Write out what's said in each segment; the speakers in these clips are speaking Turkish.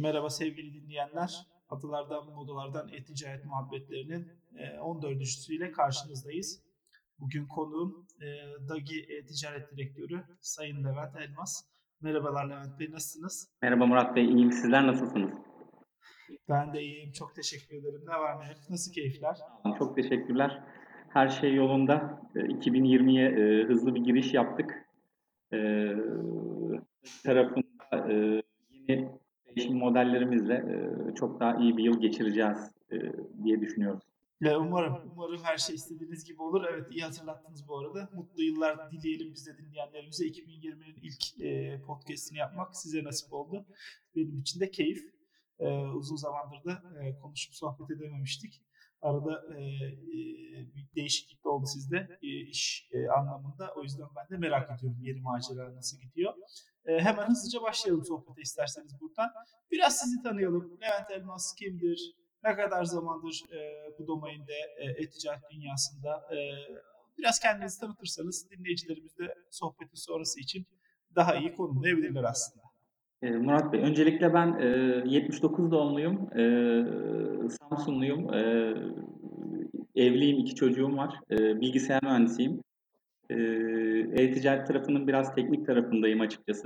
Merhaba sevgili dinleyenler. Adalardan Modalardan E-Ticaret Muhabbetlerinin 14.süyle karşınızdayız. Bugün konuğum Dagi E-Ticaret Direktörü Sayın Levent Elmas. Merhabalar Levent Bey, nasılsınız? Merhaba Murat Bey, iyiyim. Sizler nasılsınız? Ben de iyiyim, çok teşekkür ederim. Ne var ne yok, nasıl keyifler? Sağ olun, çok teşekkürler. Her şey yolunda. 2020'ye hızlı bir giriş yaptık. Eee tarafında yeni değişim modellerimizle çok daha iyi bir yıl geçireceğiz diye düşünüyoruz. Umarım her şey istediğiniz gibi olur. Evet, iyi hatırlattınız bu arada. Mutlu yıllar dileyelim biz de dinleyenlerimize. 2020'nin ilk podcast'ini yapmak size nasip oldu. Benim için de keyif. Uzun zamandır da konuşup sohbet edememiştik. Arada bir değişiklik de oldu sizde iş anlamında. O yüzden ben de merak ediyorum yeni macera nasıl gidiyor. Hemen hızlıca başlayalım sohbete isterseniz buradan. Biraz sizi tanıyalım. Levent Elmas kimdir? Ne kadar zamandır bu domainde, e-ticaret dünyasında? Biraz kendinizi tanıtırsanız dinleyicilerimiz de sohbetin sonrası için daha iyi konumlayabilirler aslında. Murat Bey, öncelikle ben 79 doğumluyum. Samsunluyum. Evliyim, 2 çocuğum var. Bilgisayar mühendisiyim. E-ticaret tarafının biraz teknik tarafındayım açıkçası.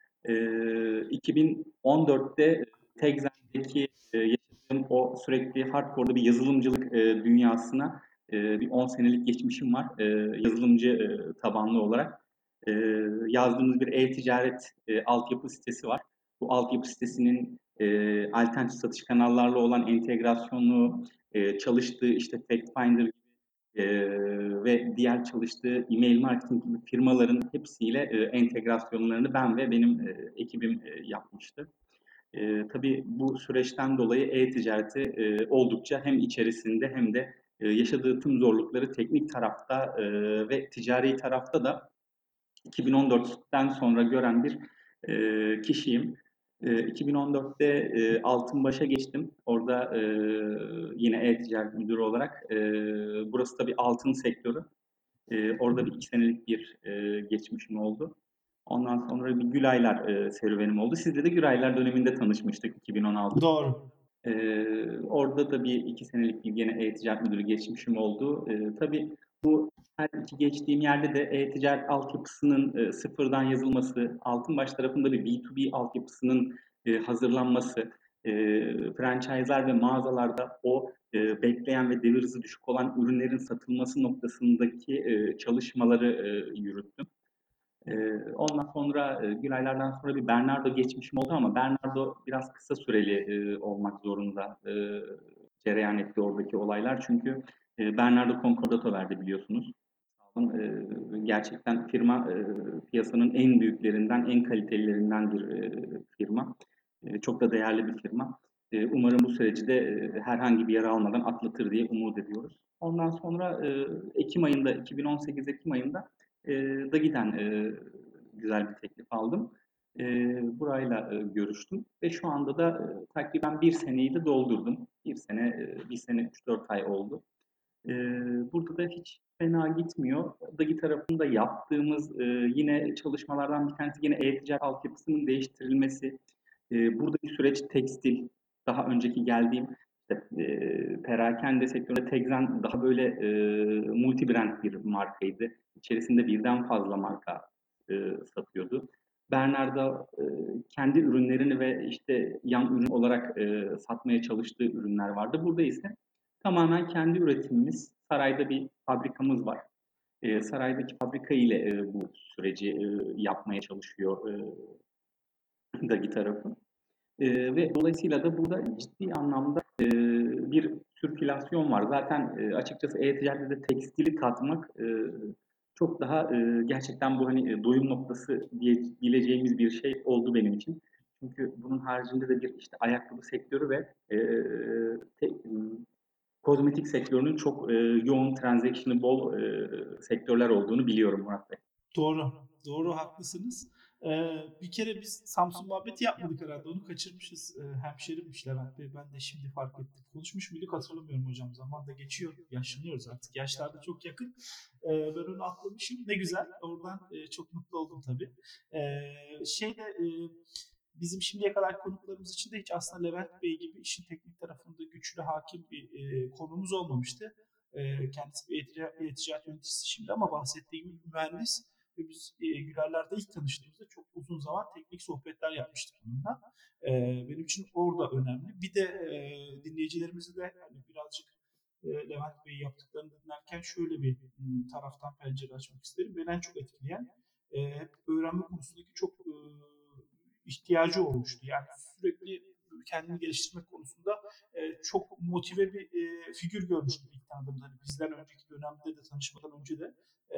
2014'te Tekzen'deki yaşadığım o sürekli hardcore'da bir yazılımcılık dünyasına bir 10 senelik geçmişim var. Yazılımcı tabanlı olarak. Yazdığımız bir e-ticaret altyapı sitesi var. Bu altyapı sitesinin alternatif satış kanallarla olan entegrasyonu, çalıştığı işte FactFinder gibi ve diğer çalıştığı e-mail marketing gibi firmaların hepsiyle entegrasyonlarını ben ve benim ekibim yapmıştı. Tabii bu süreçten dolayı e-ticareti oldukça hem içerisinde hem de yaşadığı tüm zorlukları teknik tarafta ve ticari tarafta da 2014'ten sonra gören bir kişiyim. 2014'te Altınbaş'a geçtim. Orada yine e-ticaret müdürü olarak. Burası tabii altın sektörü. Orada bir 2 senelik bir geçmişim oldu. Ondan sonra bir Gülaylar serüvenim oldu. Sizle de Gülaylar döneminde tanışmıştık 2016'da. Doğru. Orada da bir 2 senelik bir gene e-ticaret müdürü geçmişim oldu. Tabii bu her iki geçtiğim yerde de e-ticaret altyapısının sıfırdan yazılması, Altınbaş tarafında bir B2B altyapısının hazırlanması, franchise'lar ve mağazalarda o bekleyen ve devir hızı düşük olan ürünlerin satılması noktasındaki çalışmaları yürüttüm. Ondan sonra Gülaylar'dan sonra bir Bernardo geçmişim oldu ama Bernardo biraz kısa süreli olmak zorunda cereyan etti oradaki olaylar. Çünkü Bernardo Concordato verdi biliyorsunuz. Gerçekten firma piyasanın en büyüklerinden, en kalitelilerinden bir firma. Çok da değerli bir firma. Umarım bu süreci de herhangi bir yara almadan atlatır diye umut ediyoruz. Ondan sonra Ekim ayında, 2018 Ekim ayında da giden güzel bir teklif aldım. Burayla görüştüm ve şu anda da takriben bir seneyi de doldurdum. Bir sene 3-4 ay oldu. Burada da hiç fena gitmiyor. DAGİ tarafında yaptığımız yine çalışmalardan bir tanesi yine e-ticaret altyapısının değiştirilmesi. Buradaki süreç tekstil, daha önceki geldiğim işte, perakende sektöründe Tekzen daha böyle multi brand bir markaydı. İçerisinde birden fazla marka satıyordu. Bernarda kendi ürünlerini ve işte yan ürün olarak satmaya çalıştığı ürünler vardı. Burada ise tamamen kendi üretimimiz. Sarayda bir fabrikamız var. Saraydaki fabrika ile bu süreci yapmaya çalışıyor DAGİ tarafı. Ve dolayısıyla da burada ciddi anlamda bir sirkülasyon var. Zaten açıkçası e-ticarette de tekstili katmak çok daha gerçekten bu hani doyum noktası diyebileceğimiz bir şey oldu benim için. Çünkü bunun haricinde de bir işte ayakkabı sektörü ve te, kozmetik sektörünün çok yoğun transaction'ı bol sektörler olduğunu biliyorum Murat Bey. Doğru haklısınız. Bir kere biz Samsung muhabbeti yapmadık herhalde. Onu kaçırmışız. Hemşerimmiş Levent Bey. Ben de şimdi fark ettim. Konuşmuş muyduk hatırlamıyorum hocam. Zaman da geçiyor. Yaşlanıyoruz artık. Yaşlarda çok yakın. Ben onu atlamışım. Ne güzel. Oradan çok mutlu oldum tabii. Şeyde Bizim şimdiye kadar konuklarımız için de hiç aslında Levent Bey gibi işin teknik tarafında güçlü, hakim bir konumuz olmamıştı. Kendisi bir ticaret yöneticisi şimdi ama bahsettiği gibi bir mühendis. Ve biz Gülerler'de ilk tanıştığımızda çok uzun zaman teknik sohbetler yapmıştık onunla. Benim için orada önemli. Bir de dinleyicilerimizi de hani birazcık Levent Bey'i yaptıklarını dinlerken şöyle bir taraftan pencere açmak isterim. Beni en çok etkileyen hep öğrenme konusundaki çok ihtiyacı olmuştu. Yani sürekli kendini geliştirmek konusunda çok motive bir figür görmüştüm ilk tanıdığımda. Hani bizden önceki dönemde de tanışmadan önce de e,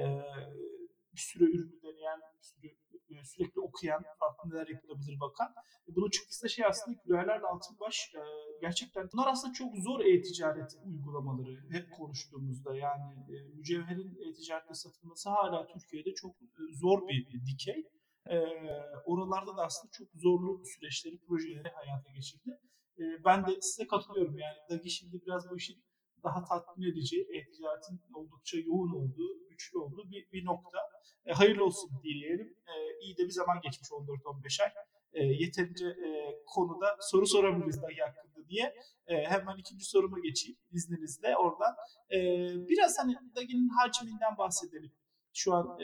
bir sürü ürünü deneyen, bir sürü sürekli okuyan, farklı neler yapılabilir bakan. Bunun çıktısı da şey aslında Gülerlerle Altınbaş gerçekten bunlar aslında çok zor e-ticaret uygulamaları hep konuştuğumuzda yani mücevherin e-ticarette satılması hala Türkiye'de çok zor bir dikey. E, Oralarda da aslında çok zorlu süreçleri, projeleri hayata geçirdi. Ben de size katılıyorum yani Dagi şimdi biraz bu işin daha tatmin edici, e-ticaretin oldukça yoğun olduğu, güçlü olduğu bir nokta. Hayırlı olsun diyelim. İyi de bir zaman geçmiş 14-15 ay. Yeterince konuda soru sorabiliriz Dagi hakkında diye. Hemen ikinci soruma geçeyim izninizle oradan. Biraz hani Dagi'nin hacminden bahsedelim. Şu an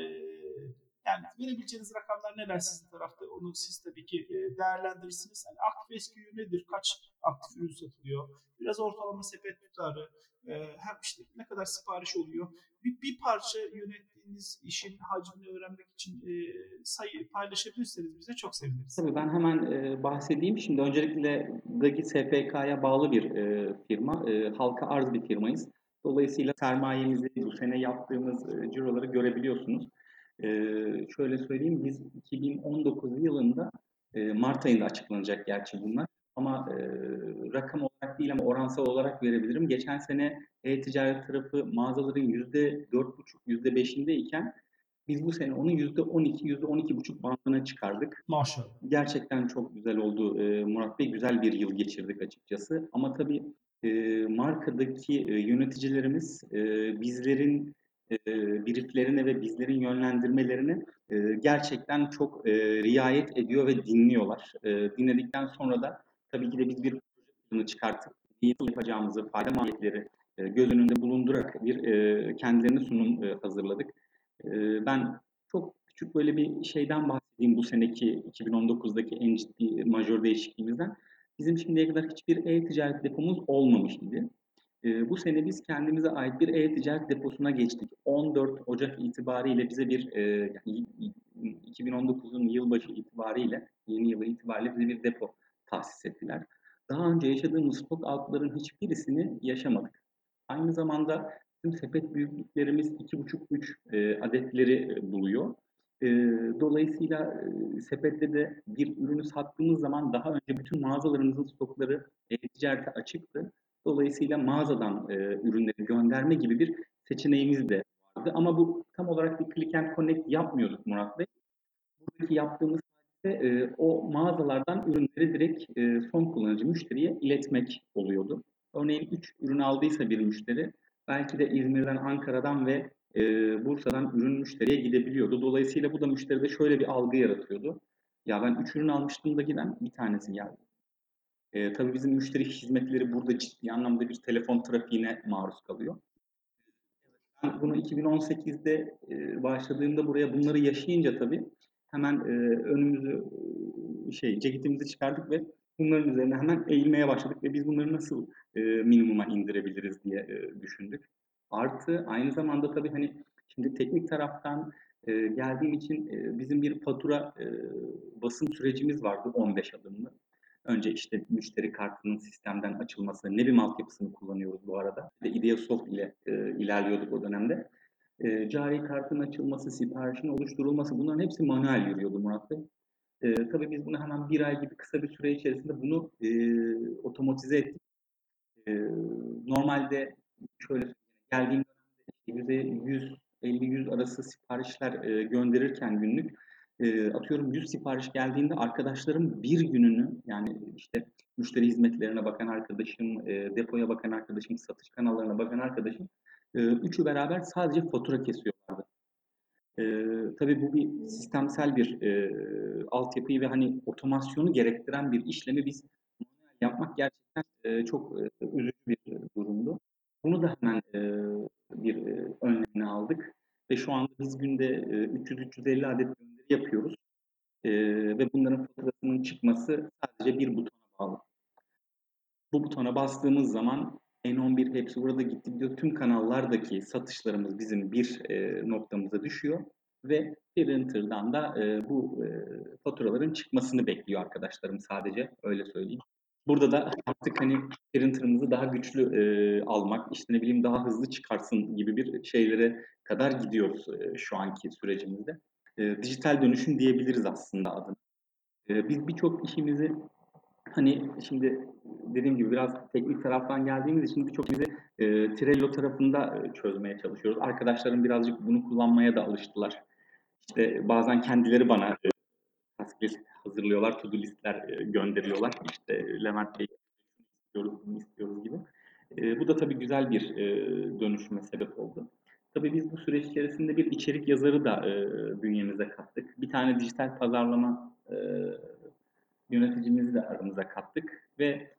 yani verebileceğiniz rakamlar neler sizin tarafta? Onu siz tabii ki değerlendirirsiniz. Yani aktif SKU nedir? Kaç aktif ürün satılıyor? Biraz ortalama sepet tutarı, hem işte ne kadar sipariş oluyor. Bir parça yönettiğiniz işin hacmini öğrenmek için sayı paylaşabilirseniz bize çok seviniriz. Tabii ben hemen bahsedeyim. Şimdi öncelikle Dagi SPK'ya bağlı bir firma. Halka arz bir firmayız. Dolayısıyla sermayemizi bu sene yaptığımız ciroları görebiliyorsunuz. E, Şöyle söyleyeyim, biz 2019 yılında Mart ayında açıklanacak gerçi bunlar. Ama rakam olarak değil ama oransal olarak verebilirim. Geçen sene e-ticaret tarafı mağazaların %4,5, %5'indeyken biz bu sene onu %12, %12,5 bandına çıkardık. Maşallah. Gerçekten çok güzel oldu Murat Bey. Güzel bir yıl geçirdik açıkçası. Ama tabii markadaki yöneticilerimiz bizlerin brieflerine ve bizlerin yönlendirmelerine gerçekten çok riayet ediyor ve dinliyorlar. Dinledikten sonra da tabii ki de biz bir proje çıkartıp nasıl yapacağımızı, fayda maliyetleri göz önünde bulundurarak bir kendilerine sunum hazırladık. Ben çok küçük böyle bir şeyden bahsedeyim bu seneki 2019'daki en ciddi majör değişikliğimizden. Bizim şimdiye kadar hiçbir e-ticaret depomuz olmamış idi. Bu sene biz kendimize ait bir e-ticaret deposuna geçtik. 14 Ocak itibariyle bize bir yani 2019'un yılbaşı itibariyle, yeni yılı itibariyle bize bir depo tahsis ettiler. Daha önce yaşadığımız stok altların hiçbirisini yaşamadık. Aynı zamanda bizim sepet büyüklüklerimiz 2,5-3 adetleri buluyor. E, Dolayısıyla sepette de bir ürünü sattığımız zaman daha önce bütün mağazalarımızın stokları ticarete açıktı. Dolayısıyla mağazadan ürünleri gönderme gibi bir seçeneğimiz de vardı. Ama bu tam olarak bir click and connect yapmıyorduk Murat Bey. Buradaki yaptığımız o mağazalardan ürünleri direkt son kullanıcı müşteriye iletmek oluyordu. Örneğin 3 ürün aldıysa bir müşteri belki de İzmir'den, Ankara'dan ve Bursa'dan ürün müşteriye gidebiliyordu. Dolayısıyla bu da müşteride şöyle bir algı yaratıyordu. Ya ben 3 ürün almıştım da giden bir tanesi geldi. Tabii bizim müşteri hizmetleri burada ciddi anlamda bir telefon trafiğine maruz kalıyor. Ben bunu 2018'de başladığımda buraya bunları yaşayınca tabii hemen önümüzü ceketimizi çıkardık ve bunların üzerine hemen eğilmeye başladık ve biz bunları nasıl minimuma indirebiliriz diye düşündük. Artı aynı zamanda tabii hani şimdi teknik taraftan geldiğim için bizim bir fatura basım sürecimiz vardı 15 adımlı. Önce işte müşteri kartının sistemden açılması, Nebim altyapısını kullanıyoruz bu arada. Ve Ideasoft ile ilerliyorduk o dönemde. Cari kartın açılması, siparişin oluşturulması bunların hepsi manuel yürüyordu Murat Bey. Tabii biz bunu hemen bir ay gibi kısa bir süre içerisinde bunu otomatize ettik. E, Normalde şöyle geldiğim dönemde %150-100 arası siparişler gönderirken günlük atıyorum 100 sipariş geldiğinde arkadaşlarım bir gününü yani işte müşteri hizmetlerine bakan arkadaşım, depoya bakan arkadaşım, satış kanallarına bakan arkadaşım üçü beraber sadece fatura kesiyorlardı. Tabii bu bir sistemsel bir, altyapıyı ve, hani, otomasyonu gerektiren bir işlemi biz manuel yapmak gerçekten, çok, üzücü bir, durumdu. Bunu da hemen, önlemini aldık ve şu anda biz günde, 300-350 adet gönderi yapıyoruz, ve bunların faturasının çıkması sadece bir butona bağlı. Bu butona bastığımız zaman N11 hepsi burada gitti gidiyor. Tüm kanallardaki satışlarımız bizim bir, noktamıza düşüyor ve printer'dan da, bu, faturaların çıkmasını bekliyor arkadaşlarım sadece, öyle söyleyeyim. Burada da artık, hani, printer'ımızı daha güçlü, almak, işte, ne bileyim, daha hızlı çıkarsın gibi bir şeylere kadar gidiyoruz, şu anki sürecimizde. Dijital dönüşüm diyebiliriz aslında adına. Biz birçok işimizi hani, şimdi dediğim gibi biraz teknik taraftan geldiğimiz için birçok şeyi, Trello tarafında, çözmeye çalışıyoruz. Arkadaşlarım birazcık bunu kullanmaya da alıştılar. İşte, bazen kendileri bana, task list hazırlıyorlar, to do list'ler, gönderiyorlar. İşte, Levent Bey, istiyoruz, bunu istiyoruz gibi. Bu da tabii güzel bir, dönüşüme sebep oldu. Tabii biz bu süreç içerisinde bir içerik yazarı da, bünyemize kattık. Bir tane dijital pazarlama, yöneticimizi de aramıza kattık ve,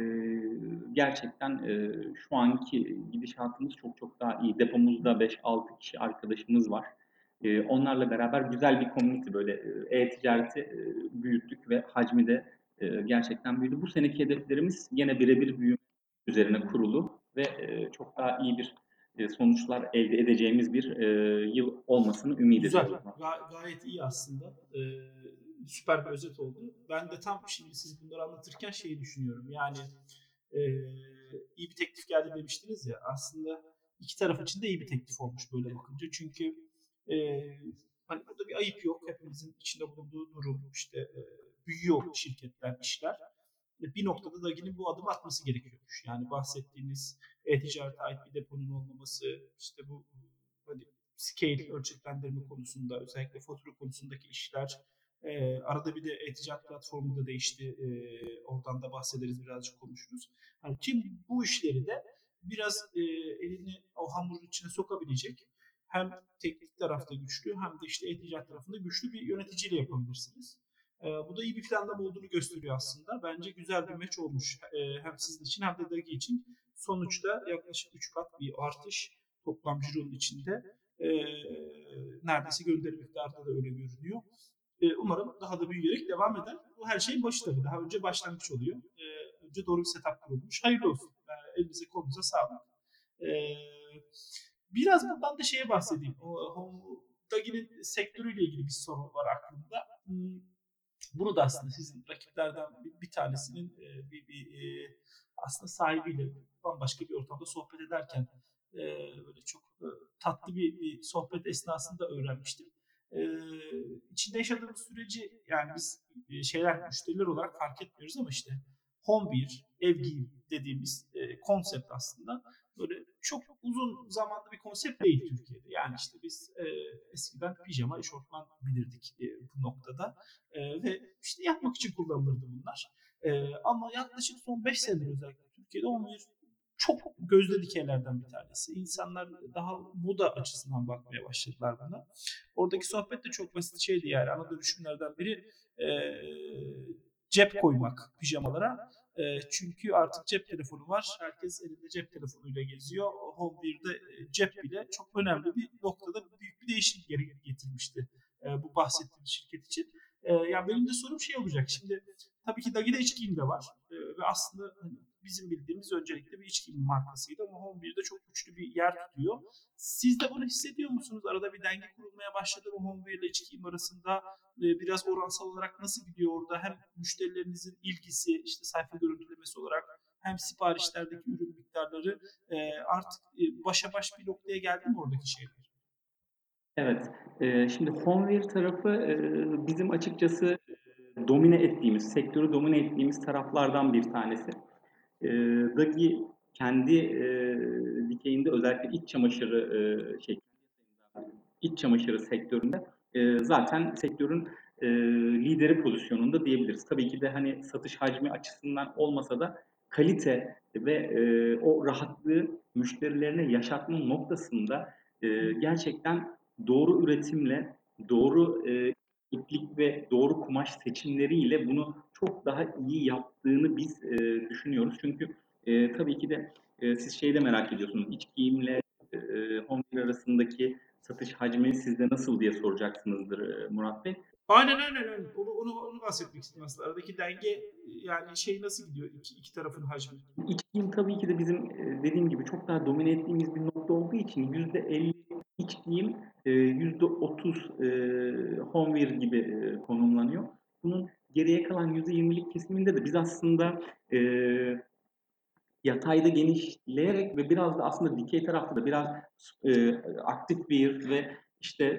gerçekten, şu anki gidişatımız çok çok daha iyi. Depomuzda 5-6 kişi arkadaşımız var. Onlarla beraber güzel bir community böyle, e-ticareti, büyüttük ve hacmi de, gerçekten büyüdü. Bu seneki hedeflerimiz gene birebir büyüme üzerine kurulu ve, çok daha iyi bir, sonuçlar elde edeceğimiz bir, yıl olmasını ümit Güzel. ediyoruz. Gayet iyi aslında. Süper bir özet oldu. Ben de tam şimdi siz bunları anlatırken şeyi düşünüyorum. Yani iyi bir teklif geldi demiştiniz ya. Aslında iki taraf için de iyi bir teklif olmuş böyle bakınca. Çünkü e, hani burada bir ayıp yok. Hepimizin içinde bulunduğu durum işte büyüyor şirketler, işler. Bir noktada da yine bu adımı atması gerekiyormuş. Yani bahsettiğiniz e-ticarete ait bir deponun olmaması, işte bu hani scale ölçeklendirme konusunda özellikle fatura konusundaki işler arada bir de e-ticaret platformu da değişti. Oradan da bahsederiz birazcık konuşuruz. Yani tüm bu işleri de biraz elini o hamurun içine sokabilecek hem teknik tarafta güçlü hem de işte e-ticaret tarafında güçlü bir yöneticiyle yapabilirsiniz. Bu da iyi bir planlama olduğunu gösteriyor aslında. Bence güzel bir maç olmuş hem sizin için hem de Dagi için. Sonuçta yaklaşık 3 kat bir artış toplam cironun içinde. E, Neredeyse gönderi miktarında da öyle görünüyor. Umarım daha da büyüyerek devam eder. Bu her şeyin başı tabii. Daha önce başlangıç oluyor. Önce doğru bir setup kurulmuş. Hayırlı olsun. Elinize kolunuza sağlık. E, Biraz buradan da şeye bahsedeyim. Dagi'nin sektörüyle ilgili bir sorun var aklımda. Bunu da aslında sizin rakiplerden bir tanesinin aslında sahibiyle bambaşka bir ortamda sohbet ederken böyle çok tatlı bir sohbet esnasında öğrenmiştim. E, içinde yaşadığımız süreci yani biz müşteriler olarak fark etmiyoruz ama işte home bir, ev giyim dediğimiz konsept aslında böyle çok uzun zamanlı bir konsept değil Türkiye'de. Yani işte biz eskiden pijama, eşofman bilirdik bu noktada. Ve işte yapmak için kullanılırdı bunlar. Ama yaklaşık son 5 senedir özellikle Türkiye'de 11 çok gözde dikeylerden bir tanesi. İnsanlar daha moda açısından bakmaya başladılar buna. Oradaki sohbet de çok basit şeydi yani. Ana dönüşümlerden biri e, cep koymak pijamalara. Çünkü artık cep telefonu var. Herkes elinde cep telefonuyla geziyor. Home 1'de cep bile çok önemli bir noktada büyük bir değişim getirmişti bu bahsettiğim şirket için. Yani benim de sorum şey olacak. Şimdi tabii ki Dagi'de iç giyim de var. Ve aslında hani bizim bildiğimiz öncelikle bir iç giyim markasıydı ama Home 1'de çok güçlü bir yer tutuyor. Siz de bunu hissediyor musunuz? Arada bir denge kurulmaya başladı mı Home 1 ile iç giyim arasında? Biraz oransal olarak nasıl gidiyor orada? Hem müşterilerinizin ilgisi, işte sayfa görüntülemesi olarak hem siparişlerdeki ürün miktarları artık başa baş bir noktaya geldi mi oradaki şeyler? Evet. Şimdi Honvir tarafı, bizim açıkçası, domine ettiğimiz, sektörü domine ettiğimiz taraflardan bir tanesi. Daki kendi, dikeyinde özellikle iç çamaşırı, iç çamaşırı sektöründe, zaten sektörün, lideri pozisyonunda diyebiliriz. Tabii ki de, hani, satış hacmi açısından olmasa da kalite ve, o rahatlığı müşterilerine yaşatma noktasında, gerçekten doğru üretimle, doğru iplik ve doğru kumaş seçimleriyle bunu çok daha iyi yaptığını biz düşünüyoruz. Çünkü tabii ki de siz şeyi de merak ediyorsunuz. İç giyimle Homer arasındaki satış hacmi sizde nasıl diye soracaksınızdır Murat Bey. Aynen. Onu bahsetmek istedim aslında. Aradaki denge yani şey nasıl gidiyor iki tarafın hacmi? İç giyim tabii ki de bizim dediğim gibi çok daha domine ettiğimiz bir nokta olduğu için %50 iç giyim, %30 homeware gibi konumlanıyor. Bunun geriye kalan %20'lik kesiminde de biz aslında yatayda genişleyerek ve biraz da aslında dikey tarafta da biraz aktif wear ve işte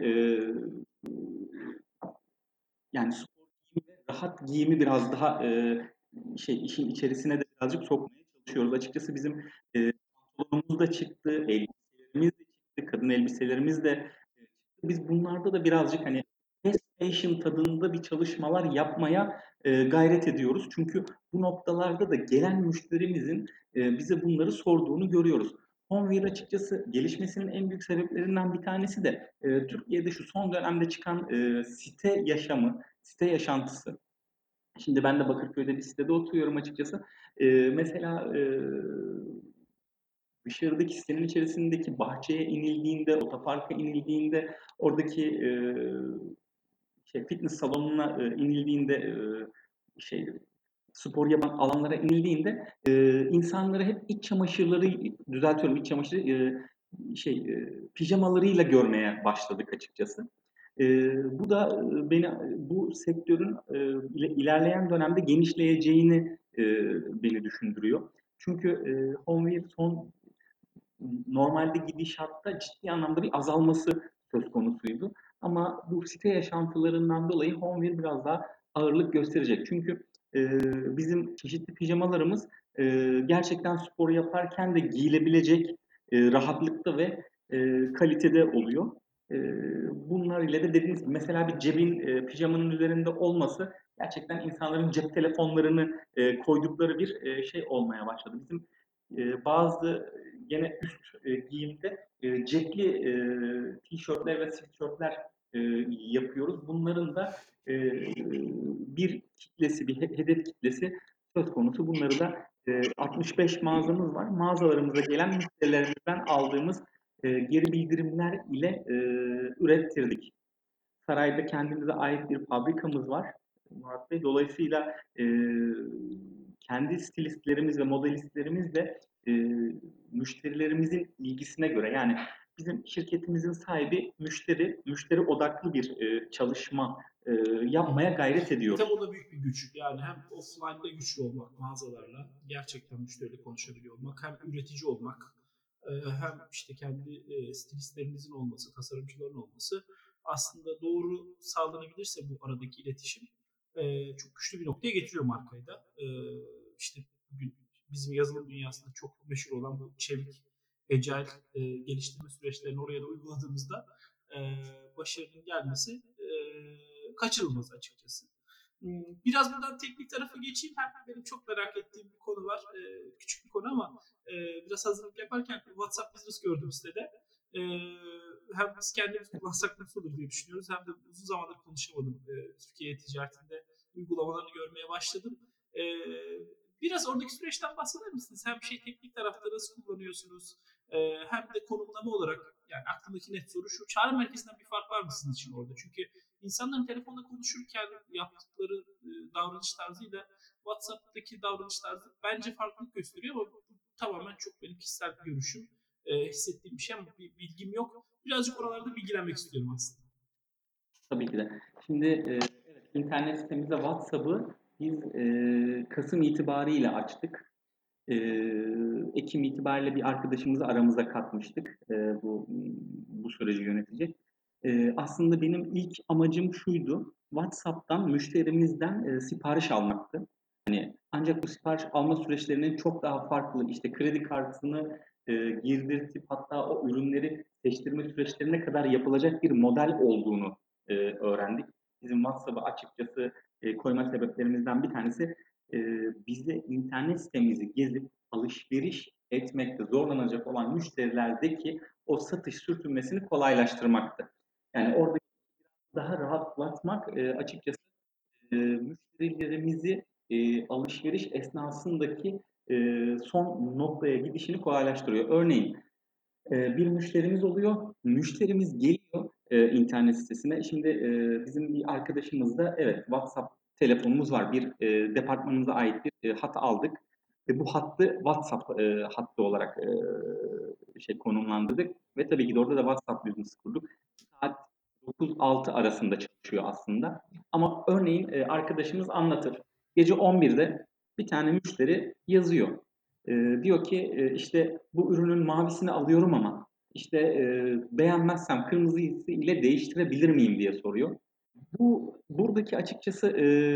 yani spor giyimi ve rahat giyimi biraz daha işin içerisine de birazcık sokmaya çalışıyoruz. Açıkçası bizim pantolonumuz da çıktı, elbiselerimiz de çıktı, kadın elbiselerimiz de çıktı. Biz bunlarda da birazcık hani fast fashion tadında bir çalışmalar yapmaya gayret ediyoruz. Çünkü bu noktalarda da gelen müşterimizin bize bunları sorduğunu görüyoruz. Homeware açıkçası gelişmesinin en büyük sebeplerinden bir tanesi de Türkiye'de şu son dönemde çıkan site yaşamı, site yaşantısı. Şimdi ben de Bakırköy'de bir sitede oturuyorum açıkçası. Mesela dışarıdaki sitenin içerisindeki bahçeye inildiğinde, otoparka inildiğinde, oradaki fitness salonuna inildiğinde, şey spor yapan alanlara inildiğinde insanları hep iç çamaşırları düzeltiyorum iç çamaşırı pijamalarıyla görmeye başladık açıkçası. Bu da beni bu sektörün ilerleyen dönemde genişleyeceğini beni düşündürüyor. Çünkü Homeware normalde gidişatta ciddi anlamda bir azalması söz konusuydu. Ama bu site yaşantılarından dolayı Homeware biraz daha ağırlık gösterecek. Çünkü bizim çeşitli pijamalarımız gerçekten spor yaparken de giyilebilecek rahatlıkta ve kalitede oluyor. Bunlar ile de dediğiniz gibi mesela bir cebin pijamanın üzerinde olması gerçekten insanların cep telefonlarını koydukları bir şey olmaya başladı. Bizim bazı gene üst giyimde cepli tişörtler ve sweatshirtler yapıyoruz. Bunların da bir kitlesi, bir hedef kitlesi söz konusu. Bunları da 65 mağazamız var. Mağazalarımıza gelen müşterilerimizden aldığımız geri bildirimler ile ürettirdik. Sarayda kendimize ait bir fabrikamız var Murat Bey. Dolayısıyla kendi stilistlerimiz ve modelistlerimiz de müşterilerimizin ilgisine göre yani bizim şirketimizin sahibi müşteri odaklı bir çalışma yapmaya gayret Tabii ediyoruz. o da büyük bir güç. Yani hem offline'da güçlü olmak mağazalarla, gerçekten müşteriyle konuşabiliyor olmak, hem üretici olmak, hem işte kendi stilistlerinizin olması, tasarımcıların olması aslında doğru sağlanabilirse bu aradaki iletişim çok güçlü bir noktaya getiriyor markayı da. İşte bugün bizim yazılım dünyasında çok meşhur olan bu çevik, agile geliştirme süreçlerini oraya da uyguladığımızda başarının gelmesi kaçınılmaz açıkçası. Biraz buradan teknik tarafa geçeyim. Hem benim çok merak ettiğim bir konu var. Küçük bir konu ama biraz hazırlık yaparken WhatsApp Business gördüm sitede. Hem biz kendimiz kullansak nasıl olur diye düşünüyoruz. Hem de uzun zamandır konuşamadım. Türkiye ticaretinde uygulamalarını görmeye başladım. Biraz oradaki süreçten bahseder misiniz? Hem teknik tarafta nasıl kullanıyorsunuz? Hem de konumlama olarak yani aklımdaki net soru şu. Çağrı merkezinden bir fark var mı sizin için orada? Çünkü insanların telefonda konuşurken yaptıkları davranış tarzıyla WhatsApp'taki davranış tarzı bence farklılık gösteriyor ama bu tamamen çok benim kişisel bir görüşüm. Hissettiğim bir şey ama bir bilgim yok. Birazcık oralarda bilgilenmek istiyorum aslında. Tabii ki de. Şimdi evet, internet sitemizde WhatsApp'ı biz Kasım itibariyle açtık. Ekim itibariyle bir arkadaşımızı aramıza katmıştık. Bu süreci yönetecek. Aslında benim ilk amacım şuydu. WhatsApp'tan müşterimizden sipariş almaktı. Ancak bu sipariş alma süreçlerinin çok daha farklı, işte kredi kartını girdirtip hatta o ürünleri seçtirme süreçlerine kadar yapılacak bir model olduğunu öğrendik. Bizim WhatsApp'ı açıkçası koyma sebeplerimizden bir tanesi bize internet sitemizi gezip alışveriş etmekte zorlanacak olan müşterilerdeki o satış sürtünmesini kolaylaştırmaktı. Yani orada daha rahatlatmak açıkçası müşterilerimizi alışveriş esnasındaki son noktaya gidişini kolaylaştırıyor. Örneğin bir müşterimiz oluyor. Müşterimiz geliyor internet sitesine. Şimdi bizim bir arkadaşımızda evet WhatsApp telefonumuz var. Bir departmanımıza ait bir hat aldık ve bu hattı WhatsApp hattı olarak konumlandırdık ve tabii ki de orada da WhatsApp business kurduk. Saat 9-6 arasında çalışıyor aslında. Ama örneğin arkadaşımız anlatır. Gece 11'de bir tane müşteri yazıyor. Diyor ki işte bu ürünün mavisini alıyorum ama işte beğenmezsem kırmızısı ile değiştirebilir miyim diye soruyor. Buradaki açıkçası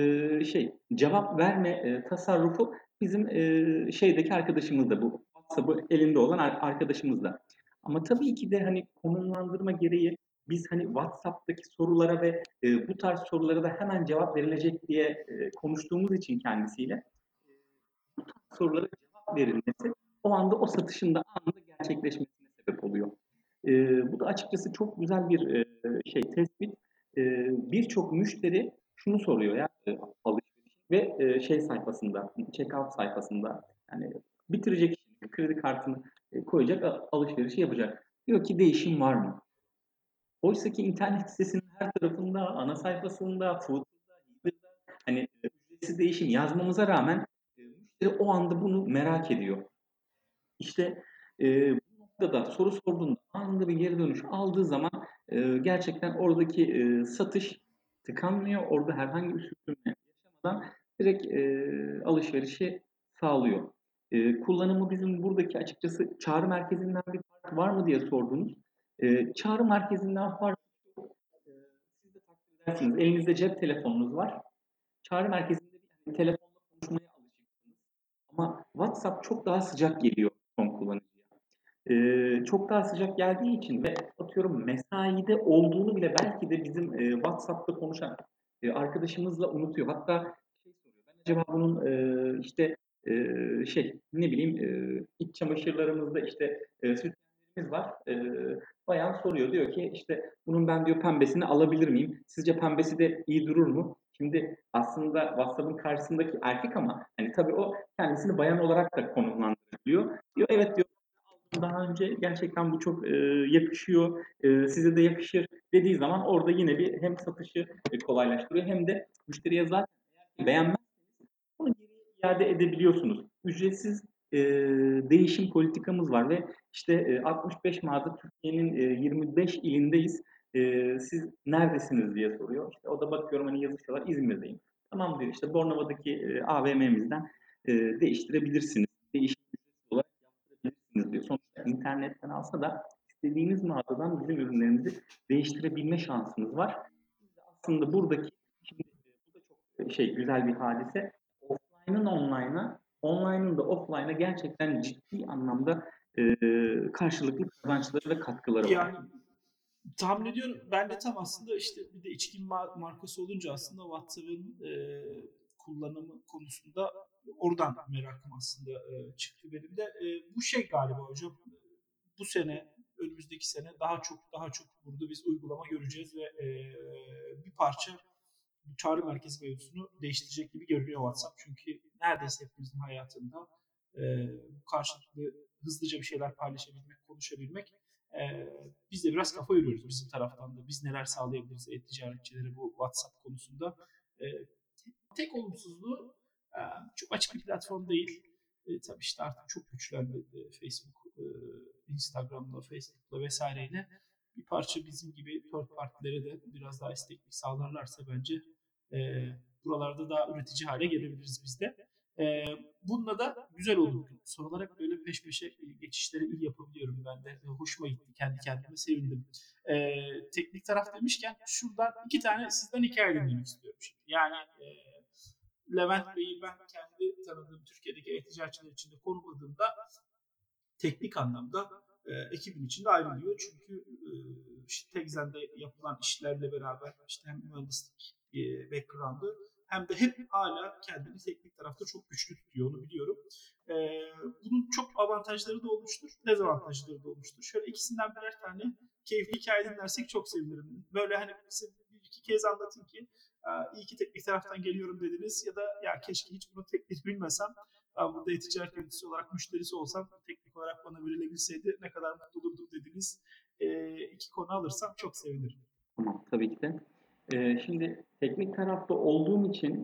cevap verme tasarrufu bizim şeydeki arkadaşımızda, bu WhatsApp'ı elinde olan arkadaşımızda. Ama tabii ki de hani konumlandırma gereği biz hani WhatsApp'taki sorulara ve bu tarz sorulara da hemen cevap verilecek diye konuştuğumuz için kendisiyle sorulara cevap verilmesi o anda o satışın da anında gerçekleşmesine sebep oluyor. Bu da açıkçası çok güzel bir tespit. Birçok müşteri şunu soruyor ya alışveriş ve sayfasında, checkout sayfasında yani bitirecek işini, kredi kartını koyacak, alışverişi yapacak. Diyor ki değişim var mı? Oysa ki internet sitesinin her tarafında, ana sayfasında, footer'da, hani ücretsiz değişim yazmamıza rağmen müşteri o anda bunu merak ediyor. İşte bu noktada soru sorduğunda anında bir geri dönüş aldığı zaman gerçekten oradaki satış tıkanmıyor. Orada herhangi bir sürtünme yaşamadan direkt alışverişi sağlıyor. Kullanımı bizim buradaki açıkçası çağrı merkezinden bir fark var mı diye sordunuz. Çağrı merkezinden fark siz de takdir edersiniz. Elinizde cep telefonunuz var. Çağrı merkezinde bir telefonla konuşmaya alışıksınız. Ama WhatsApp çok daha sıcak geliyor son kullanıcıya. Çok daha sıcak geldiği için ve atıyorum mesaide olduğunu bile belki de bizim WhatsApp'ta konuşan arkadaşımızla unutuyor. Hatta şey soruyor. Ben acaba bunun ne bileyim iç çamaşırlarımızda işte sütyenlerimiz var. Bayan soruyor. Diyor ki işte bunun ben diyor pembesini alabilir miyim? Sizce pembesi de iyi durur mu? Şimdi aslında WhatsApp'ın karşısındaki erkek ama hani tabii o kendisini bayan olarak da konumlandırıyor. Diyor evet diyor daha önce gerçekten bu çok yakışıyor, size de yakışır dediği zaman orada yine bir hem satışı kolaylaştırıyor hem de müşteriye zaten eğer beğenmezseniz onu geri iade edebiliyorsunuz. Ücretsiz değişim politikamız var ve işte 65 mağaza Türkiye'nin 25 ilindeyiz. Siz neredesiniz diye soruyor. İşte o da bakıyorum hani yazışıyorlar İzmir'deyim. Tamam diyor işte Bornova'daki AVM'mizden değiştirebilirsiniz. Değişim ücretsiz olarak yaptırabilirsiniz diyor. Sonuçta internetten alsa da istediğiniz mağazadan bizim ürünlerimizi değiştirebilme şansınız var. Biz de aslında buradaki şimdi bu da çok güzel bir hadise. Offline'ın online'a, online'ın da offline'a gerçekten ciddi anlamda karşılıklı kazançları ve katkıları var. Yani tahmin ediyorum ben de tam aslında işte bir de içki markası olunca aslında WhatsApp'ın kullanımı konusunda oradan merakım aslında çıktı benim de. Bu şey galiba hocam bu sene önümüzdeki sene daha çok burada biz uygulama göreceğiz ve bir parça bu çağrı merkezi mevzusunu değiştirecek gibi görünüyor WhatsApp. Çünkü neredeyse hepimizin hayatında karşılıklı hızlıca bir şeyler paylaşabilmek, konuşabilmek biz de biraz kafa yoruyoruz bizim taraftan da. Biz neler sağlayabiliriz ticaretçilere bu WhatsApp konusunda. E, Tek olumsuzluğu çok açık bir platform değil. Tabii işte artık çok güçlendi Facebook, Instagram'la, Facebook'la vesaireyle. Bir parça bizim gibi third partilere de biraz daha esneklik sağlarlarsa bence e, buralarda daha üretici hale gelebiliriz biz de. Bununla da güzel oldu. Sorular hep böyle peş peşe geçişleri iyi yapabiliyorum ben de. Hoşuma gitti. Kendi kendime sevindim. Teknik taraf demişken şuradan iki tane sizden hikaye dinlemek istiyorum şimdi. Yani Levent Bey'i ben kendi tanıdığım Türkiye'deki e-ticaretçiler içinde korumadığımda teknik anlamda ekibin içinde ayrılıyor. Çünkü işte Tekzen'de yapılan işlerle beraber işte hem mühendislik background'ı hem de hep hala kendini teknik tarafta çok güçlü tutuyor onu biliyorum. Bunun çok avantajları da olmuştur, dezavantajları da olmuştur. Şöyle ikisinden birer tane keyifli hikaye dinlersek çok sevinirim. Böyle hani bize bir iki kez anlatın ki iyi ki teknik taraftan geliyorum dediniz ya da ya keşke hiç bunu teknik bilmesem. Ben burada e-ticaret yöneticisi olarak müşterisi olsam teknik olarak bana verilebilseydi ne kadar mutlu olurdum dediniz. İki konu alırsam çok sevinirim. Tamam, tabii ki de. Şimdi teknik tarafta olduğum için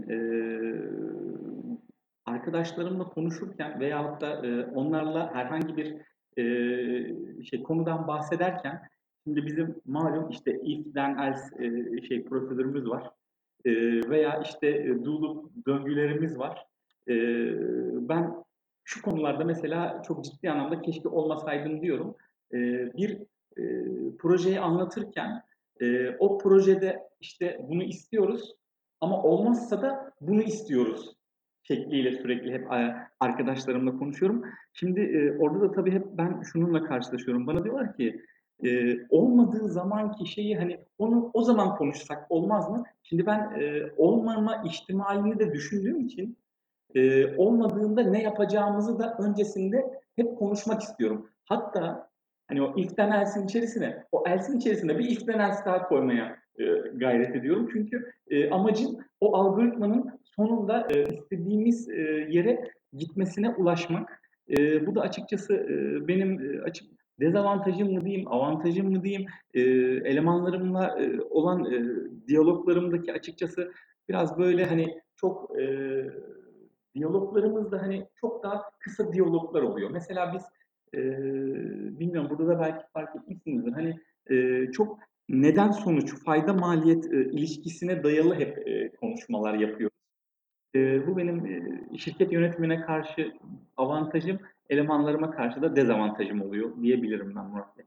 arkadaşlarımla konuşurken veyahut da onlarla herhangi bir konudan bahsederken şimdi bizim malum işte if then else prosedürümüz var. Veya işte do loop döngülerimiz var. Ben şu konularda mesela çok ciddi anlamda keşke olmasaydım diyorum. Bir projeyi anlatırken o projede işte bunu istiyoruz ama olmazsa da bunu istiyoruz şekliyle sürekli hep arkadaşlarımla konuşuyorum. Şimdi orada da tabii hep ben şununla karşılaşıyorum. Bana diyorlar ki olmadığı zamanki şeyi hani onu o zaman konuşsak olmaz mı? Şimdi ben olmama ihtimalini de düşündüğüm için olmadığında ne yapacağımızı da öncesinde hep konuşmak istiyorum. Hatta hani o if'ten else'in içerisine, o else'in içerisine bir if'ten else daha koymaya gayret ediyorum. Çünkü amacım o algoritmanın sonunda istediğimiz yere gitmesine ulaşmak. Bu da açıkçası benim dezavantajım mı diyeyim, avantajım mı diyeyim, elemanlarımla olan diyaloglarımdaki açıkçası biraz böyle hani çok diyaloglarımız da hani çok daha kısa diyaloglar oluyor. Mesela biz bilmiyorum burada da belki fark etmişsinizdir. Hani çok neden sonuç, fayda maliyet ilişkisine dayalı hep konuşmalar yapıyoruz. Bu benim şirket yönetimine karşı avantajım, elemanlarıma karşı da dezavantajım oluyor diyebilirim ben Murat Bey.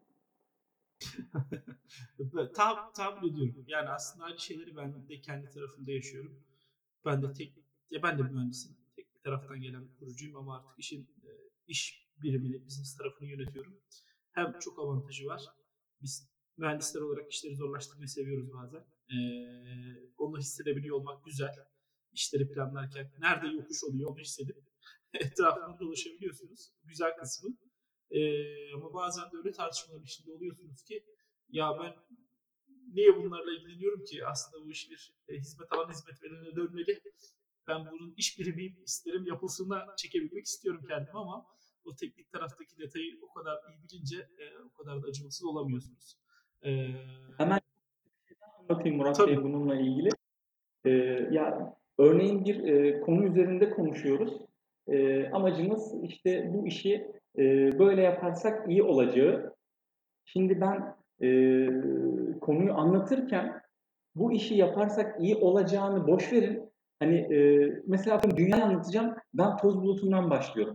Tahmin ediyorum. Yani aslında aynı şeyleri ben de kendi tarafımda yaşıyorum. Ben de mühendisim. Teknik taraftan gelen bir kurucuyum ama artık iş birimini, business tarafını yönetiyorum. Hem çok avantajı var. Biz mühendisler olarak işleri zorlaştırmayı seviyoruz bazen. Onu hissedebiliyor olmak güzel. İşleri planlarken nerede yokuş oluyor onu hissedip etrafında dolaşabiliyorsunuz. Güzel kısmı. Ama bazen de öyle tartışmaların içinde oluyorsunuz ki ya ben niye bunlarla ilgileniyorum ki? Aslında bu iş bir hizmet alan hizmet verenine dönmeli. Ben bunun iş birimiyim, isterim yapılsına çekebilmek istiyorum kendimi ama o teknik taraftaki detayı o kadar iyi bilince o kadar da acımasız olamıyorsunuz. E, Hemen anlatayım Murat Bey tabii, bununla ilgili. Ya örneğin bir konu üzerinde konuşuyoruz. Amacımız işte bu işi böyle yaparsak iyi olacağı. Şimdi ben konuyu anlatırken bu işi yaparsak iyi olacağını boş verin. Hani mesela dünyayı anlatacağım. Ben toz bulutundan başlıyorum.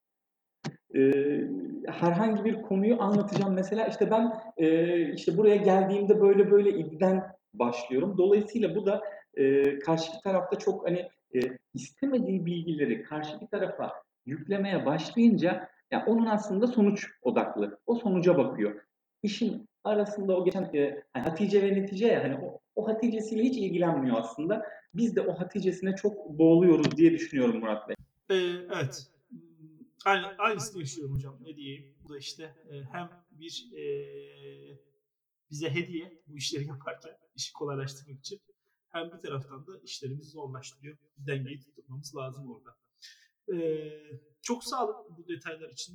Herhangi bir konuyu anlatacağım. Mesela işte ben işte buraya geldiğimde böyle böyle idden başlıyorum. Dolayısıyla bu da karşıki tarafta çok hani istemediği bilgileri karşıki tarafa yüklemeye başlayınca ya onun aslında sonuç odaklı. O sonuca bakıyor. İşin arasında o geçen hani hatice ve netice ya hani o haticesiyle hiç ilgilenmiyor aslında. Biz de o haticesine çok boğuluyoruz diye düşünüyorum Murat Bey. evet. Aynısını yaşıyorum hocam. Ne diyeyim? Bu da işte hem bir bize hediye bu işleri yaparken işi kolaylaştırmak için hem bir taraftan da işlerimizi zorlaştırıyor. Bir dengeyi tutturmamız lazım orada. Çok sağlıklı bu detaylar içinde.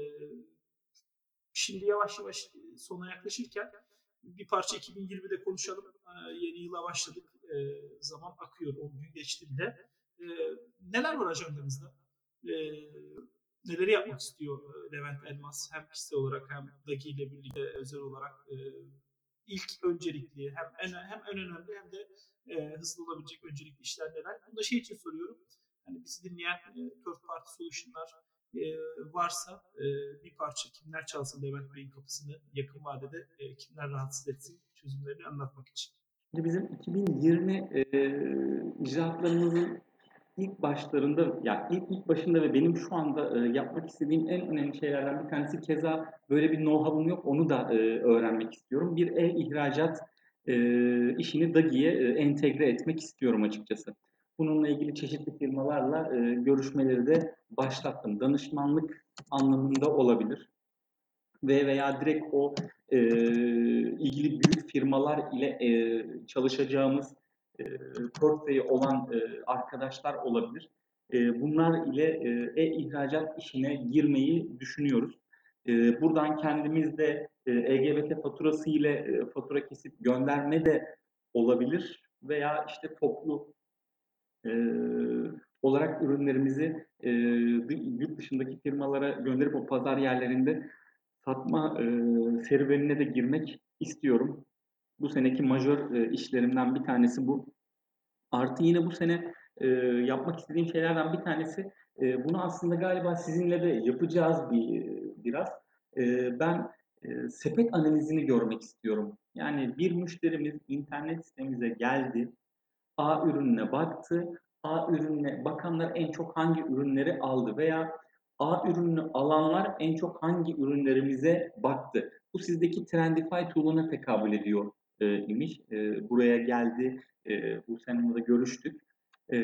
Şimdi yavaş yavaş sona yaklaşırken bir parça 2020'de konuşalım. Yeni yıla başladık. Zaman akıyor. 10 gün geçti bile. Neler var ajandanızda? Neleri yapmak istiyor Levent Elmas hem kişisel olarak hem Dagi ile birlikte özel olarak ilk öncelikli hem en önemli hem de hızlı olabilecek öncelikli işler neler? Bunu da şey için soruyorum. Hani bizi dinleyen third party solution'lar varsa bir parça kimler çalsın Levent Bey'in kapısını yakın vadede kimler rahatsız etsin çözümlerini anlatmak için. Şimdi bizim 2020 icraatlarımızın ilk başlarında, ya ilk başında ve benim şu anda yapmak istediğim en önemli şeylerden bir tanesi keza böyle bir know-how'um yok, onu da öğrenmek istiyorum. Bir e-ihracat işini Dagi'ye entegre etmek istiyorum açıkçası. Bununla ilgili çeşitli firmalarla görüşmeleri de başlattım. Danışmanlık anlamında olabilir ve veya direkt o ilgili büyük firmalar ile çalışacağımız portföyü olan arkadaşlar olabilir. Bunlar ile e-ihracat işine girmeyi düşünüyoruz. Buradan kendimiz de EGBT faturası ile fatura kesip gönderme de olabilir veya işte toplu olarak ürünlerimizi yurt dışındaki firmalara gönderip o pazar yerlerinde satma serüvenine de girmek istiyorum. Bu seneki majör işlerimden bir tanesi bu. Artı yine bu sene yapmak istediğim şeylerden bir tanesi, bunu aslında galiba sizinle de yapacağız biraz. Ben sepet analizini görmek istiyorum. Yani bir müşterimiz internet sitemize geldi, A ürününe baktı. A ürününe bakanlar en çok hangi ürünleri aldı veya A ürününü alanlar en çok hangi ürünlerimize baktı. Bu sizdeki Trendify tool'una tekabül ediyor imiş. Buraya geldi. Bu seninle de görüştük. E,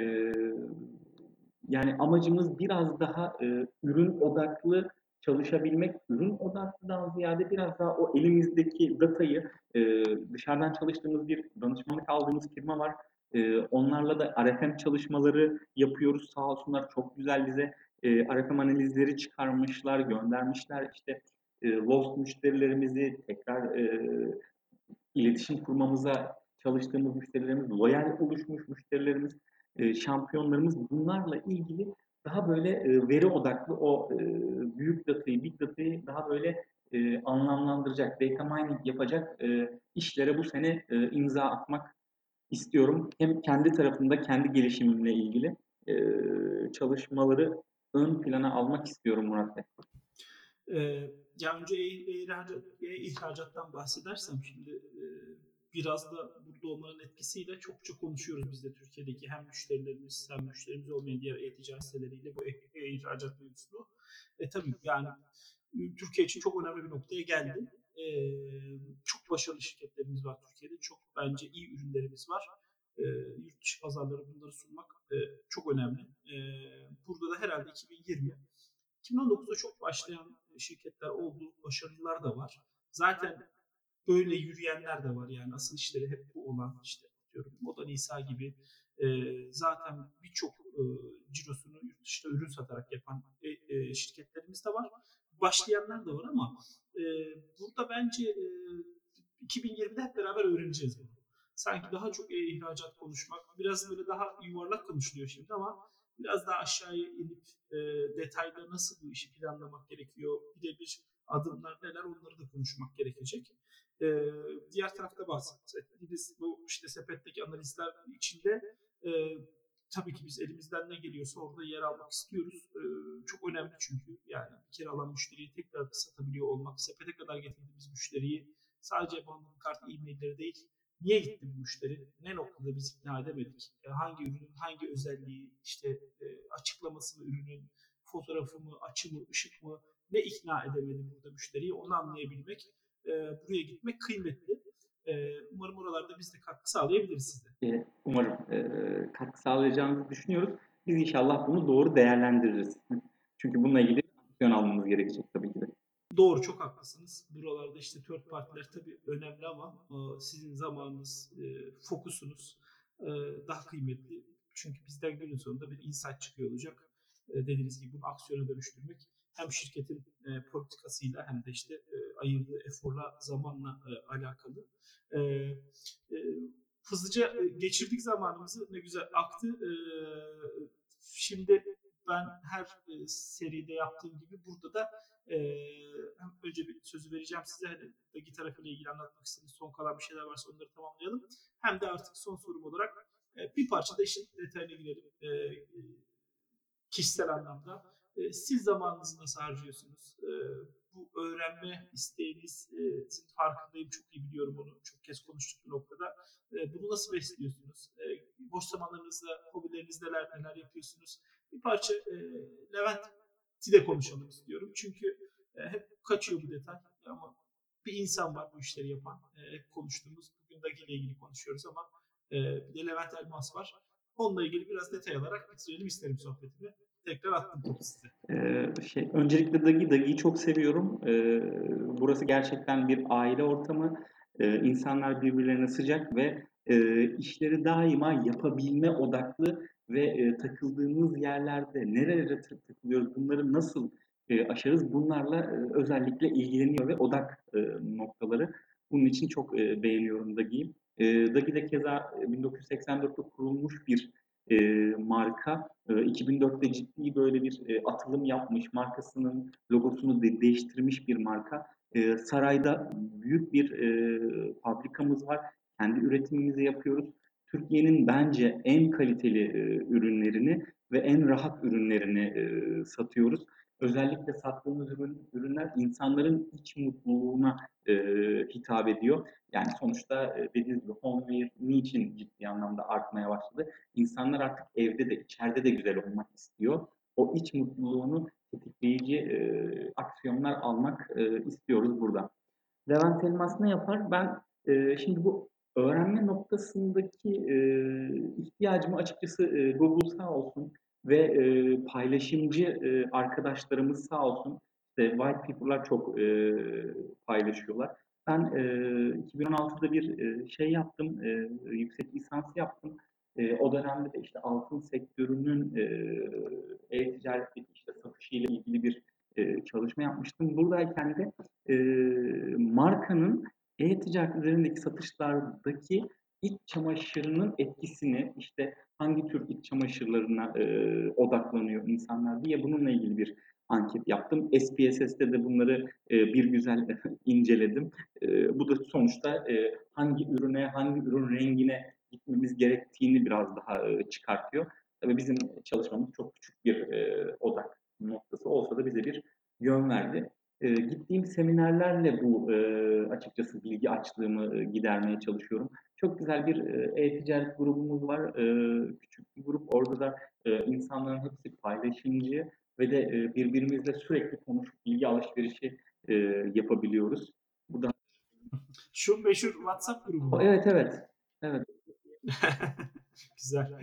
Yani amacımız biraz daha ürün odaklı çalışabilmek. Ürün odaklıdan ziyade biraz daha o elimizdeki datayı dışarıdan çalıştığımız bir danışmanlık aldığımız firma var. Onlarla da RFM çalışmaları yapıyoruz. Sağ olsunlar çok güzel bize RFM analizleri çıkarmışlar, göndermişler. İşte lost müşterilerimizi tekrar iletişim kurmamıza çalıştığımız müşterilerimiz, loyal oluşmuş müşterilerimiz, şampiyonlarımız bunlarla ilgili daha böyle veri odaklı o büyük datayı, big datayı daha böyle anlamlandıracak, data mining yapacak işlere bu sene imza atmak istiyorum. Hem kendi tarafımda kendi gelişimimle ilgili çalışmaları ön plana almak istiyorum Murat Bey. Ya önce ihracattan bahsedersem şimdi biraz da burada olmanın etkisiyle çokça konuşuyoruz biz de Türkiye'deki hem müşterilerimiz hem müşterimiz olmayan diğer e-ticaret siteleriyle bu ihracat mevzusunu. Tabii yani Türkiye için çok önemli bir noktaya geldi. Çok başarılı şirketlerimiz var Türkiye'de. Çok bence iyi ürünlerimiz var. Yurt dışı pazarlara bunları sunmak çok önemli. Burada da herhalde 2019'da çok başlayan şirketler oldu, başarılılar da var. Zaten böyle yürüyenler de var yani asıl işleri hep bu olan işte diyorum Moda Nisa gibi zaten birçok cirosunu yurt dışında ürün satarak yapan şirketlerimiz de var. Başlayanlar da var ama burada bence 2020'de hep beraber öğreneceğiz bunu. Sanki daha çok ihracat konuşmak, biraz böyle daha yuvarlak konuşuluyor şimdi ama biraz daha aşağıya inip detayda nasıl bu işi planlamak gerekiyor, birebir adımlar neler onları da konuşmak gerekecek. Diğer tarafta bahsettiğimiz bu işte sepetteki analizler içinde tabii ki biz elimizden ne geliyorsa orada yer almak istiyoruz. Çok önemli çünkü yani bir kere alan müşteriyi tekrar satabiliyor olmak, sepete kadar getirdiğimiz müşteriyi sadece bandım kart e-mailleri değil, niye gitti bu müşteri? Ne noktada biz ikna edemedik? Hangi ürünün hangi özelliği, işte açıklaması mı ürünün, fotoğrafı mı, açı mı, ışık mı, ne ikna edemedi burada müşteriyi onu anlayabilmek, buraya gitmek kıymetli. Umarım oralarda biz de katkı sağlayabiliriz size. Umarım katkı sağlayacağınızı düşünüyoruz. Biz inşallah bunu doğru değerlendiririz. Çünkü bununla ilgili aksiyon almamız gerekecek tabii ki de. Doğru, çok haklısınız. Buralarda işte third partiler tabii önemli ama sizin zamanınız, fokusunuz daha kıymetli. Çünkü bizden günün sonunda bir insight çıkıyor olacak. Dediğiniz gibi bunu aksiyona dönüştürmek hem şirketin politikasıyla hem de işte ayırdığı eforla, zamanla alakalı. E, e, Hızlıca geçirdik zamanımızı. Ne güzel aktı. Şimdi ben her seride yaptığım gibi burada da hem önce bir sözü vereceğim size hani gitar ile ilgili anlatmak istediğiniz son kalan bir şeyler varsa onları tamamlayalım. Hem de artık son sorum olarak bir parça da işin detayına girelim. Kişisel anlamda. Siz zamanınızı nasıl harcıyorsunuz? Bu öğrenme isteğinizin farkındayım. Çok iyi biliyorum onu. Çok kez konuştuk bu noktada. Bunu nasıl besliyorsunuz? Boş zamanlarınızda, hobileriniz neler yapıyorsunuz? Bir parça Levent'i de konuşalım istiyorum. Çünkü hep kaçıyor bu detay. Ama bir insan var bu işleri yapan. Hep konuştuğumuz, bugün Dagi ile ilgili konuşuyoruz ama bir de Levent Elmas var. Onunla ilgili biraz detay alarak bitirelim isterim sohbetimi. Tekrar attım topu size. Öncelikle Dagi'yi çok seviyorum. Burası gerçekten bir aile ortamı. İnsanlar birbirlerine sıcak ve işleri daima yapabilme odaklı ve takıldığımız yerlerde nerelere takılıyoruz, bunları nasıl aşarız, bunlarla özellikle ilgileniyor ve odak noktaları. Bunun için çok beğeniyorum Dagi'yi. Dagi de keza 1984'te kurulmuş bir marka. 2004'te ciddi böyle bir atılım yapmış, markasının logosunu değiştirmiş bir marka. Sarayda büyük bir fabrikamız var. Kendi üretimimizi yapıyoruz. Türkiye'nin bence en kaliteli ürünlerini ve en rahat ürünlerini satıyoruz. Özellikle sattığımız ürünler insanların iç mutluluğuna hitap ediyor. Yani sonuçta dediğiniz gibi homeware niçin ciddi anlamda artmaya başladı? İnsanlar artık evde de içeride de güzel olmak istiyor. O iç mutluluğunu tetikleyici aksiyonlar almak istiyoruz burada. Levent Elmas ne yapar? Ben şimdi bu öğrenme noktasındaki ihtiyacımı açıkçası Google sağ olsun ve paylaşımcı arkadaşlarımız sağ olsun, işte white paper'lar çok paylaşıyorlar. Ben 2016'da bir şey yaptım, yüksek lisans yaptım. O dönemde de işte altın sektörünün e-ticaretteki işte satışıyla ilgili bir çalışma yapmıştım. Buradayken de markanın e-ticaret üzerindeki satışlardaki iç çamaşırının etkisini, işte hangi tür iç çamaşırlarına odaklanıyor insanlar diye bununla ilgili bir anket yaptım. SPSS'te de bunları bir güzel inceledim. Bu da sonuçta hangi ürüne, hangi ürün rengine gitmemiz gerektiğini biraz daha çıkartıyor. Tabii bizim çalışmamız çok küçük bir odak noktası olsa da bize bir yön verdi. Gittiğim seminerlerle bu açıkçası bilgi açlığımı gidermeye çalışıyorum. Çok güzel bir e-ticaret grubumuz var. Küçük bir grup. Orada da insanların hepsi paylaşımcı ve de birbirimizle sürekli konuşup bilgi alışverişi yapabiliyoruz. Bu da Şu meşhur WhatsApp grubu mu? evet, evet. Evet. Güzel.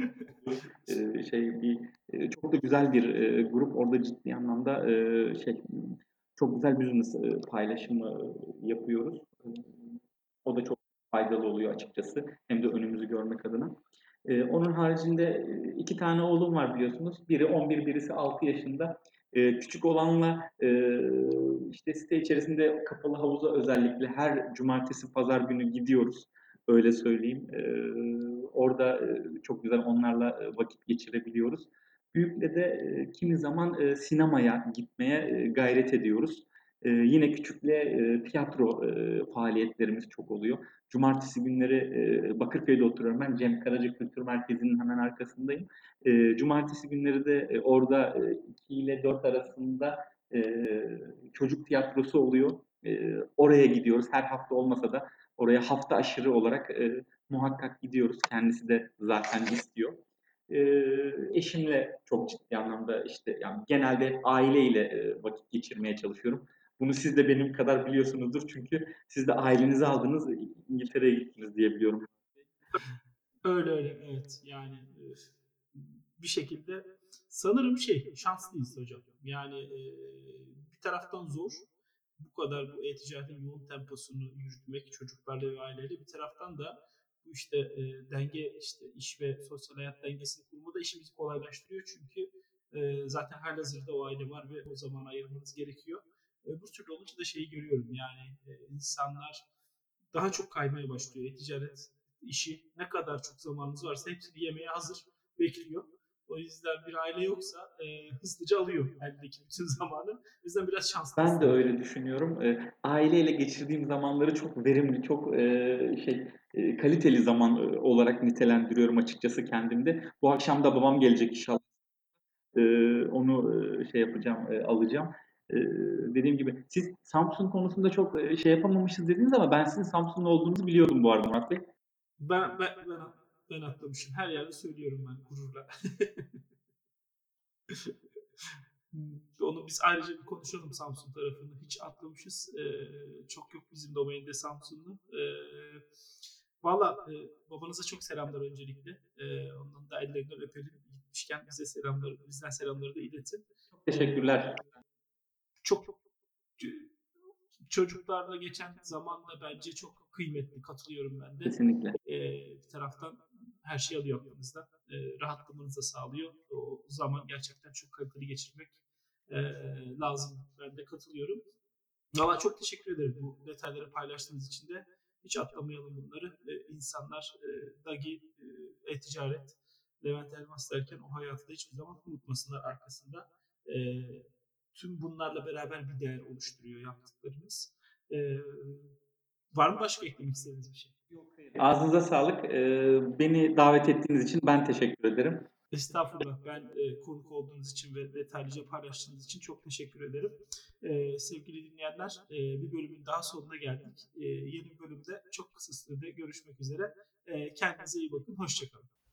Şey bir çok da güzel bir grup. Orada ciddi anlamda şey çok güzel business paylaşımı yapıyoruz. O da çok faydalı oluyor açıkçası. Hem de önümüzü görmek adına. Onun haricinde iki tane oğlum var biliyorsunuz. Biri 11, birisi 6 yaşında. Küçük olanla işte site içerisinde kapalı havuza özellikle her cumartesi, pazar günü gidiyoruz. Öyle söyleyeyim. Orada çok güzel onlarla vakit geçirebiliyoruz. Büyükle de kimi zaman sinemaya gitmeye gayret ediyoruz. Yine küçükle tiyatro faaliyetlerimiz çok oluyor. Cumartesi günleri Bakırköy'de oturuyorum ben. Cem Karaca Kültür Merkezi'nin hemen arkasındayım. Cumartesi günleri de orada 2 ile 4 arasında e, çocuk tiyatrosu oluyor. Oraya gidiyoruz. Her hafta olmasa da oraya hafta aşırı olarak muhakkak gidiyoruz. Kendisi de zaten istiyor. Eşimle çok ciddi anlamda işte yani genelde aileyle vakit geçirmeye çalışıyorum. Bunu siz de benim kadar biliyorsunuzdur çünkü siz de ailenizi aldınız, İngiltere'ye gittiniz diye biliyorum. Öyle öyle, evet. Yani bir şekilde sanırım şanslıyız hocam. Yani bir taraftan zor. Bu kadar bu e-ticaretin yoğun temposunu yürütmek çocuklarla ve aileyle, bir taraftan da bu işte denge, işte iş ve sosyal hayat dengesini kurma da işimizi kolaylaştırıyor. Çünkü zaten halihazırda o aile var ve o zaman ayırmanız gerekiyor. Bu türlü olunca da şeyi görüyorum, yani insanlar daha çok kaymaya başlıyor. E-ticaret işi, ne kadar çok zamanınız varsa hepsini yemeye hazır bekliyor. O yüzden bir aile yoksa hızlıca alıyor eldeki bütün zamanı. O yüzden biraz şanslıyız Ben de sanırım. öyle düşünüyorum. Aileyle geçirdiğim zamanları çok verimli, çok kaliteli zaman olarak nitelendiriyorum açıkçası kendimde. Bu akşam da babam gelecek inşallah. Onu şey yapacağım, alacağım. Dediğim gibi siz Samsung konusunda çok şey yapamamışız dediniz ama ben sizin Samsung'da olduğunuzu biliyordum bu arada Murat Bey. Ben atlamışım. Her yerde söylüyorum ben gururla. Onu biz ayrıca bir konuşalım, Samsung tarafını. Hiç atlamışız. Çok yok bizim domainde Samsung'un. Valla babanıza çok selamlar öncelikle. Onun da ellerinden öpelim. Gitmişken bize selamlar, bizden selamları da iletin. Ee, Teşekkürler. çok çocuklarla geçen zamanla bence çok kıymetli. Katılıyorum ben de. Kesinlikle. Bir taraftan her şeyi alıyor aklınızdan. Rahatlamanızı da sağlıyor. O zaman gerçekten çok kaliteli geçirmek lazım. Ben de katılıyorum. Valla çok teşekkür ederim bu detayları paylaştığınız için de. Hiç atlamayalım bunları. İnsanlar, Dagi, e-ticaret, Levent Elmas derken o hayatı da hiçbir zaman unutmasınlar arkasında. E, Tüm bunlarla beraber bir değer oluşturuyor yaptıklarımız. E, Var mı başka eklemek istediğiniz bir şey? Ağzınıza sağlık. Beni davet ettiğiniz için ben teşekkür ederim. Estağfurullah. Ben konuk olduğunuz için ve detaylıca paylaştığınız için çok teşekkür ederim. Sevgili dinleyenler, bir bölümün daha sonuna geldik. Yeni bir bölümde çok kısa sürede görüşmek üzere. Kendinize iyi bakın. Hoşça kalın.